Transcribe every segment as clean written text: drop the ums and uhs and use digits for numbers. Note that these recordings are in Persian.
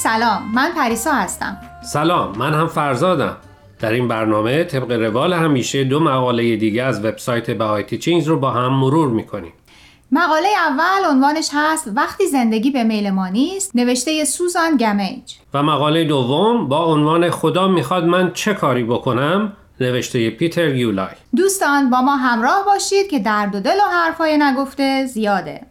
سلام، من پریسا هستم. سلام، من هم فرزادم. در این برنامه طبق روال همیشه 2 مقاله دیگه از وبسایت بهایی تیچینگز رو با هم مرور میکنیم. مقاله اول عنوانش هست وقتی زندگی به میل ما نیست، نوشته سوزان گمیج. و مقاله دوم با عنوان خدا میخواد من چه کاری بکنم، نوشته پیتر یولای. دوستان با ما همراه باشید که درد و دل و حرفای نگفته زیاده.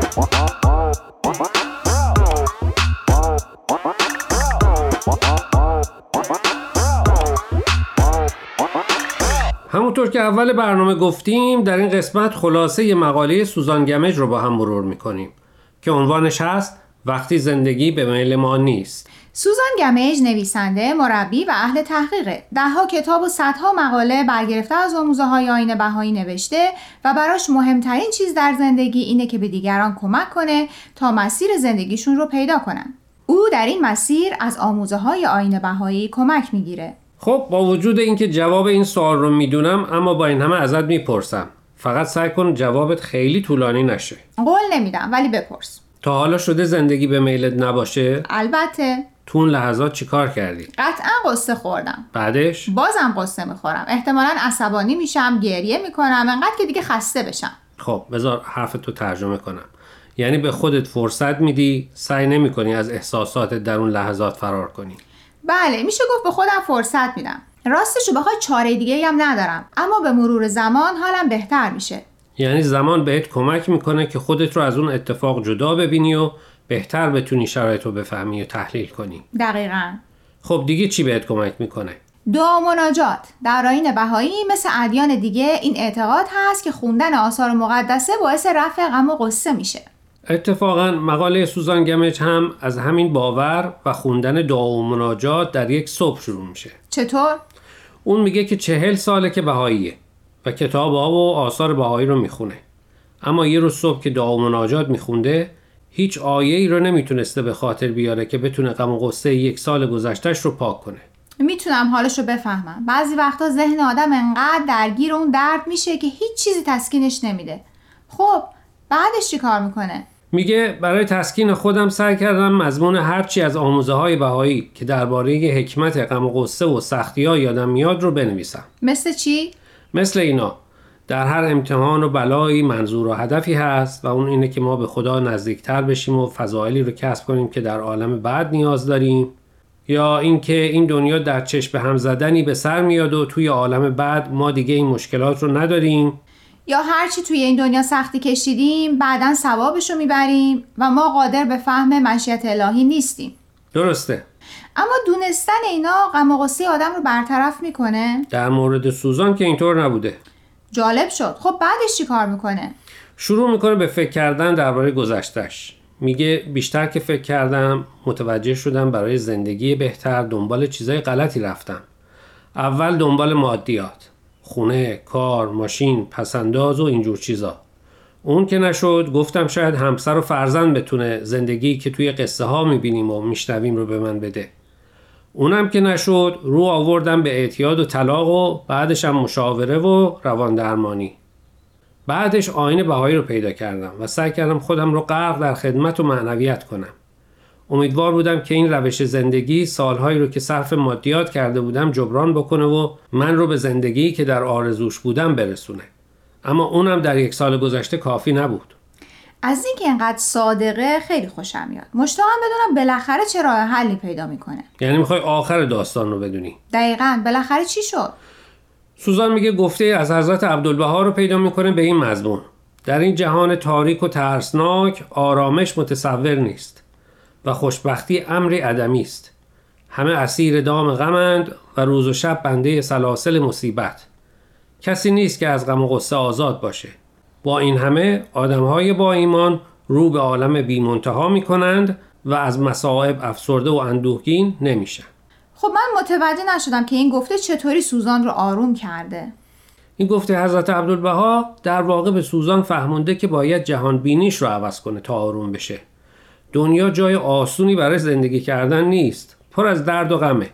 همونطور که اول برنامه گفتیم در این قسمت خلاصه ی مقاله سوزان گمیج رو با هم مرور میکنیم که عنوانش هست وقتی زندگی به میل ما نیست. سوزان گمیج نویسنده، مربی و اهل تحقیقه. 10 کتاب و 100 مقاله برگرفته از آموزه‌های آیین بهایی نوشته و براش مهمترین چیز در زندگی اینه که به دیگران کمک کنه تا مسیر زندگیشون رو پیدا کنن. او در این مسیر از آموزه‌های آیین بهایی کمک میگیره. خب با وجود اینکه جواب این سوال رو میدونم، اما با این همه ازت میپرسم. فقط سعی کن جوابت خیلی طولانی نشه. قول نمیدم ولی بپرس. تا حالا شده زندگی به میلت نباشه؟ البته. تو اون لحظات چی کار کردی؟ قطعا قصه خوردم. بعدش؟ بازم قصه میخورم. احتمالاً عصبانی میشم، گریه میکنم، انقدر که دیگه خسته بشم. خب بذار حرفتو ترجمه کنم. یعنی به خودت فرصت میدی، سعی نمیکنی از احساساتت در اون لحظات فرار کنی. بله، میشه گفت به خودم فرصت میدم. راستشو بخوای چاره دیگه‌ای هم ندارم، اما به مرور زمان حالم بهتر میشه. یعنی زمان بهت کمک میکنه که خودت رو از اون اتفاق جدا ببینی و بهتر بتونی شرایط رو بفهمی و تحلیل کنی. دقیقاً. خب دیگه چی بهت کمک میکنه؟ دعا و مناجات. در آیین بهایی مثل ادیان دیگه این اعتقاد هست که خوندن آثار مقدسه باعث رفع غم و غصه میشه. اتفاقاً مقاله سوزان گمیج هم از همین باور و خوندن دعا و مناجات در یک صبح شروع میشه. چطور؟ اون میگه که 40 ساله که بهاییه و کتاب‌ها و آثار بهایی رو میخونه، اما یه روز صبح که دعا و مناجات میخونده هیچ آیه‌ای رو نمیتونسته به خاطر بیاره که بتونه غم و غصه 1 سال گذشته‌اش رو پاک کنه. میتونم حالش رو بفهمم. بعضی وقتا ذهن آدم انقدر درگیر اون درد میشه که هیچ چیزی تسکینش نمیده. خب بعدش چی کار میکنه؟ میگه برای تسکین خودم سعی کردم مضمون هرچی از آموزه‌های بهایی که درباره حکمت غم و غصه و سختی‌ها یادم میاد رو بنویسم. مثل چی؟ مثل اینا: در هر امتحان و بلایی منظور و هدفی هست و اون اینه که ما به خدا نزدیکتر بشیم و فضایلی رو کسب کنیم که در عالم بعد نیاز داریم، یا اینکه این دنیا در چشم هم زدنی به سر میاد و توی عالم بعد ما دیگه این مشکلات رو نداریم، یا هرچی توی این دنیا سختی کشیدیم بعداً ثوابشو میبریم و ما قادر به فهم مشیت الهی نیستیم. درسته. اما دونستن اینا غم و غصه آدم رو برطرف میکنه؟ در مورد سوزان که اینطور نبوده. جالب شد. خب بعدش چی کار میکنه؟ شروع میکنه به فکر کردن درباره گذشته‌اش. میگه بیشتر که فکر کردم متوجه شدم برای زندگی بهتر دنبال چیزای غلطی رفتم. اول دنبال مادیات، خونه، کار، ماشین، پسنداز و اینجور چیزا. اون که نشد گفتم شاید همسر و فرزند بتونه زندگی که توی قصه ها میبینیم و میشنویم رو به من بده. اونم که نشد رو آوردم به اعتیاد و طلاق و بعدش هم مشاوره و روان درمانی. بعدش آیین بهایی رو پیدا کردم و سعی کردم خودم رو غرق در خدمت و معنویت کنم. امیدوار بودم که این روش زندگی سالهایی رو که صرف مادیات کرده بودم جبران بکنه و من رو به زندگی که در آرزوش بودم برسونه. اما اونم در 1 سال گذشته کافی نبود. از این که اینقدر صادقه خیلی خوشم میاد. مشتاقم بدونم بالاخره چه راه حلی پیدا میکنه. یعنی میخوای آخر داستان رو بدونی؟ دقیقاً. بالاخره چی شد؟ سوزان میگه گفته از حضرت عبدالبها رو پیدا میکنه به این مضمون: در این جهان تاریک و ترسناک آرامش متصور نیست و خوشبختی امری عدمی است. همه اسیر دام غمند و روز و شب بنده سلاسل مصیبت. کسی نیست که از غم و غصه آزاد باشه. با این همه آدمهای با ایمان رو به عالم بی منتها می کنند و از مصائب افسرده و اندوهگین نمیشن. خب من متوجه نشدم که این گفته چطوری سوزان رو آروم کرده. این گفته حضرت عبدالبها در واقع به سوزان فهمونده که باید جهان بینیش رو عوض کنه تا آروم بشه. دنیا جای آسونی برای زندگی کردن نیست، پر از درد و غمه.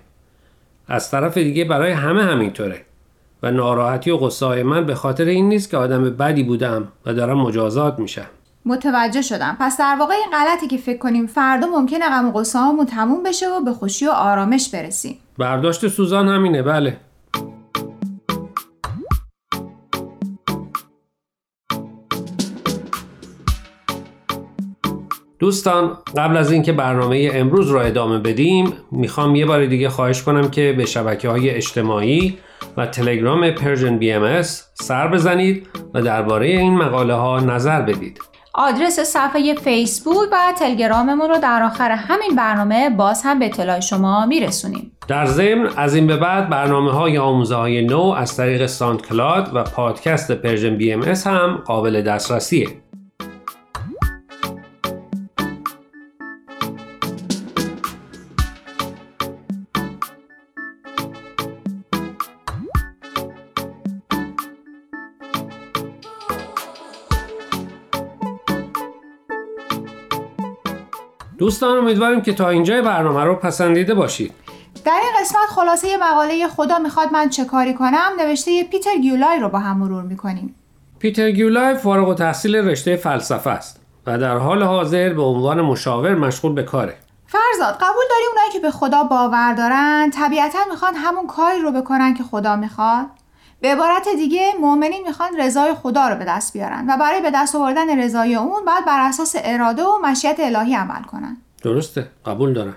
از طرف دیگه برای همه همینطوره و ناراحتی و غصه من به خاطر این نیست که آدم بدی بودم و دارم مجازات میشم. متوجه شدم. پس در واقع این غلطی که فکر کنیم فردا ممکنه غم و غصه هامون تموم بشه و به خوشی و آرامش برسیم. برداشت سوزان همینه. بله. دوستان، قبل از اینکه برنامه امروز رو ادامه بدیم میخوام یه بار دیگه خواهش کنم که به شبکه‌های اجتماعی و تلگرام پرژن BMS سر بزنید و درباره این مقاله ها نظر بدید. آدرس صفحه فیسبوک و تلگراممون رو در آخر همین برنامه باز هم به اطلاع شما میرسونیم. در ضمن از این به بعد برنامه‌های آموزه‌های نو از طریق ساندکلاد و پادکست پرژن BMS هم قابل دسترسیه. دوستان، امیدواریم که تا اینجای برنامه رو پسندیده باشید. در این قسمت خلاصه مقاله خدا میخواد من چه کاری کنم نوشته پیتر گیولای رو با هم مرور میکنیم. پیتر گیولای فارغ التحصیل رشته فلسفه است و در حال حاضر به عنوان مشاور مشغول به کاره. فرزاد، قبول داری اونایی که به خدا باور دارن طبیعتاً میخوان همون کاری رو بکنن که خدا میخواد؟ به عبارت دیگه مؤمنین میخوان رضای خدا رو به دست بیارن و برای به دست آوردن رضای اون باید بر اساس اراده و مشیت الهی عمل کنن. درسته، قبول دارم.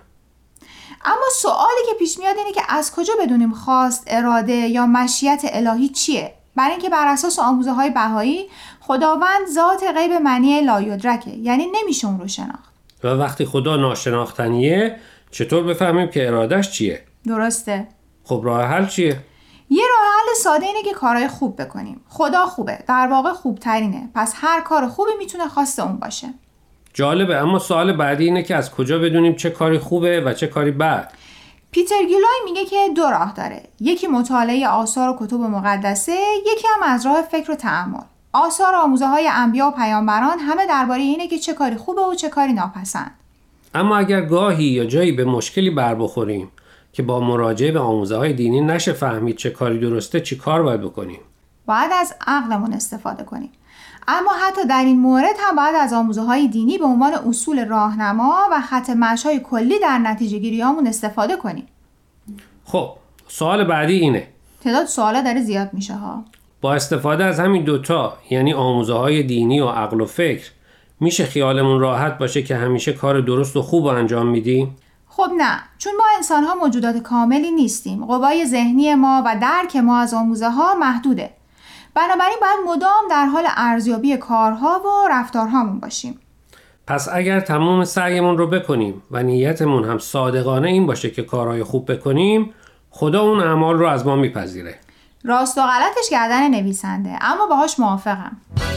اما سوالی که پیش میاد اینه که از کجا بدونیم خواست، اراده یا مشیت الهی چیه؟ برای اینکه بر اساس آموزه‌های بهایی خداوند ذات غیب معنی لایدرکه، یعنی نمیشه اون رو شناخت. و وقتی خدا ناشناختنیه چطور بفهمیم که ارادش چیه؟ درسته. خب راه حل چیه؟ یه راه حل ساده اینه که کارهای خوب بکنیم. خدا خوبه، در واقع خوبترینه. پس هر کار خوبی میتونه خواست اون باشه. جالبه، اما سوال بعدی اینه که از کجا بدونیم چه کاری خوبه و چه کاری بد؟ پیتر گیولای میگه که دو راه داره. یکی مطالعه آثار و کتب مقدسه، یکی هم از راه فکر و تأمل. آثار و آموزه‌های انبیا و پیامبران همه درباره اینه که چه کاری خوبه و چه کاری ناپسند. اما اگر گاهی یا جایی به مشکلی بر بخوریم که با مراجعه به آموزه‌های دینی نشه فهمید چه کاری درسته، چی کار باید بکنیم؟ باید از عقلمون استفاده کنیم. اما حتی در این مورد هم باید از آموزه‌های دینی به عنوان اصول راهنما و خط مشی‌های کلی در نتیجه گیریامون استفاده کنیم. خب، سوال بعدی اینه. تعداد سوالا داره زیاد میشه ها. با استفاده از همین دوتا، یعنی آموزه‌های دینی و عقل و فکر، میشه خیالمون راحت باشه که همیشه کار درست و خوب انجام میدیم؟ خب نه، چون ما انسان‌ها موجودات کاملی نیستیم. قوای ذهنی ما و درک ما از آموزه‌ها محدوده. بنابراین باید مدام در حال ارزیابی کارها و رفتارهامون باشیم. پس اگر تمام سعیمون رو بکنیم و نیتمون هم صادقانه این باشه که کارهای خوب بکنیم، خدا اون اعمال رو از ما میپذیره. راست و غلطش گردن نویسنده، اما باهاش موافقم.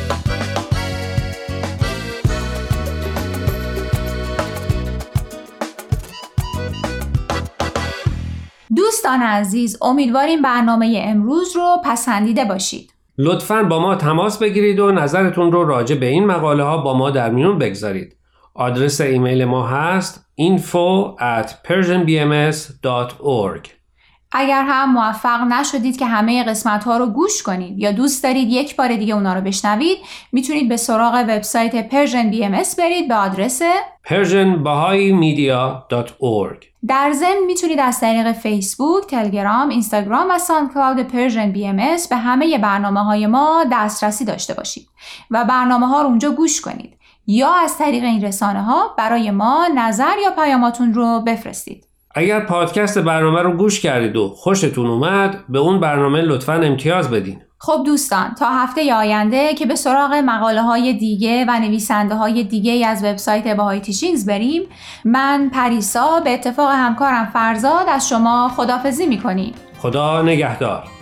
دوستان عزیز، امیدواریم برنامه امروز رو پسندیده باشید. لطفاً با ما تماس بگیرید و نظرتون رو راجع به این مقاله ها با ما در میون بگذارید. آدرس ایمیل ما هست info@persianbms.org. اگر هم موفق نشدید که همه قسمت ها رو گوش کنید یا دوست دارید یک بار دیگه اونا رو بشنوید، میتونید به سراغ وبسایت پرژن BMS برید به آدرس persianbahaimedia.org. در ضمن میتونید از طریق فیسبوک، تلگرام، اینستاگرام و ساندکلاود پرژن BMS به همه برنامه‌های ما دسترسی داشته باشید و برنامه‌ها رو اونجا گوش کنید یا از طریق این رسانه‌ها برای ما نظر یا پیاماتون رو بفرستید. اگر پادکست برنامه رو گوش کردید و خوشتون اومد، به اون برنامه لطفاً امتیاز بدین. خب دوستان، تا هفته آینده که به سراغ مقاله‌های دیگه و نویسنده‌های دیگه از وبسایت بهایی تیچینگز بریم، من پریسا به اتفاق همکارم فرزاد از شما خداحافظی می‌کنیم. خدا نگهدار.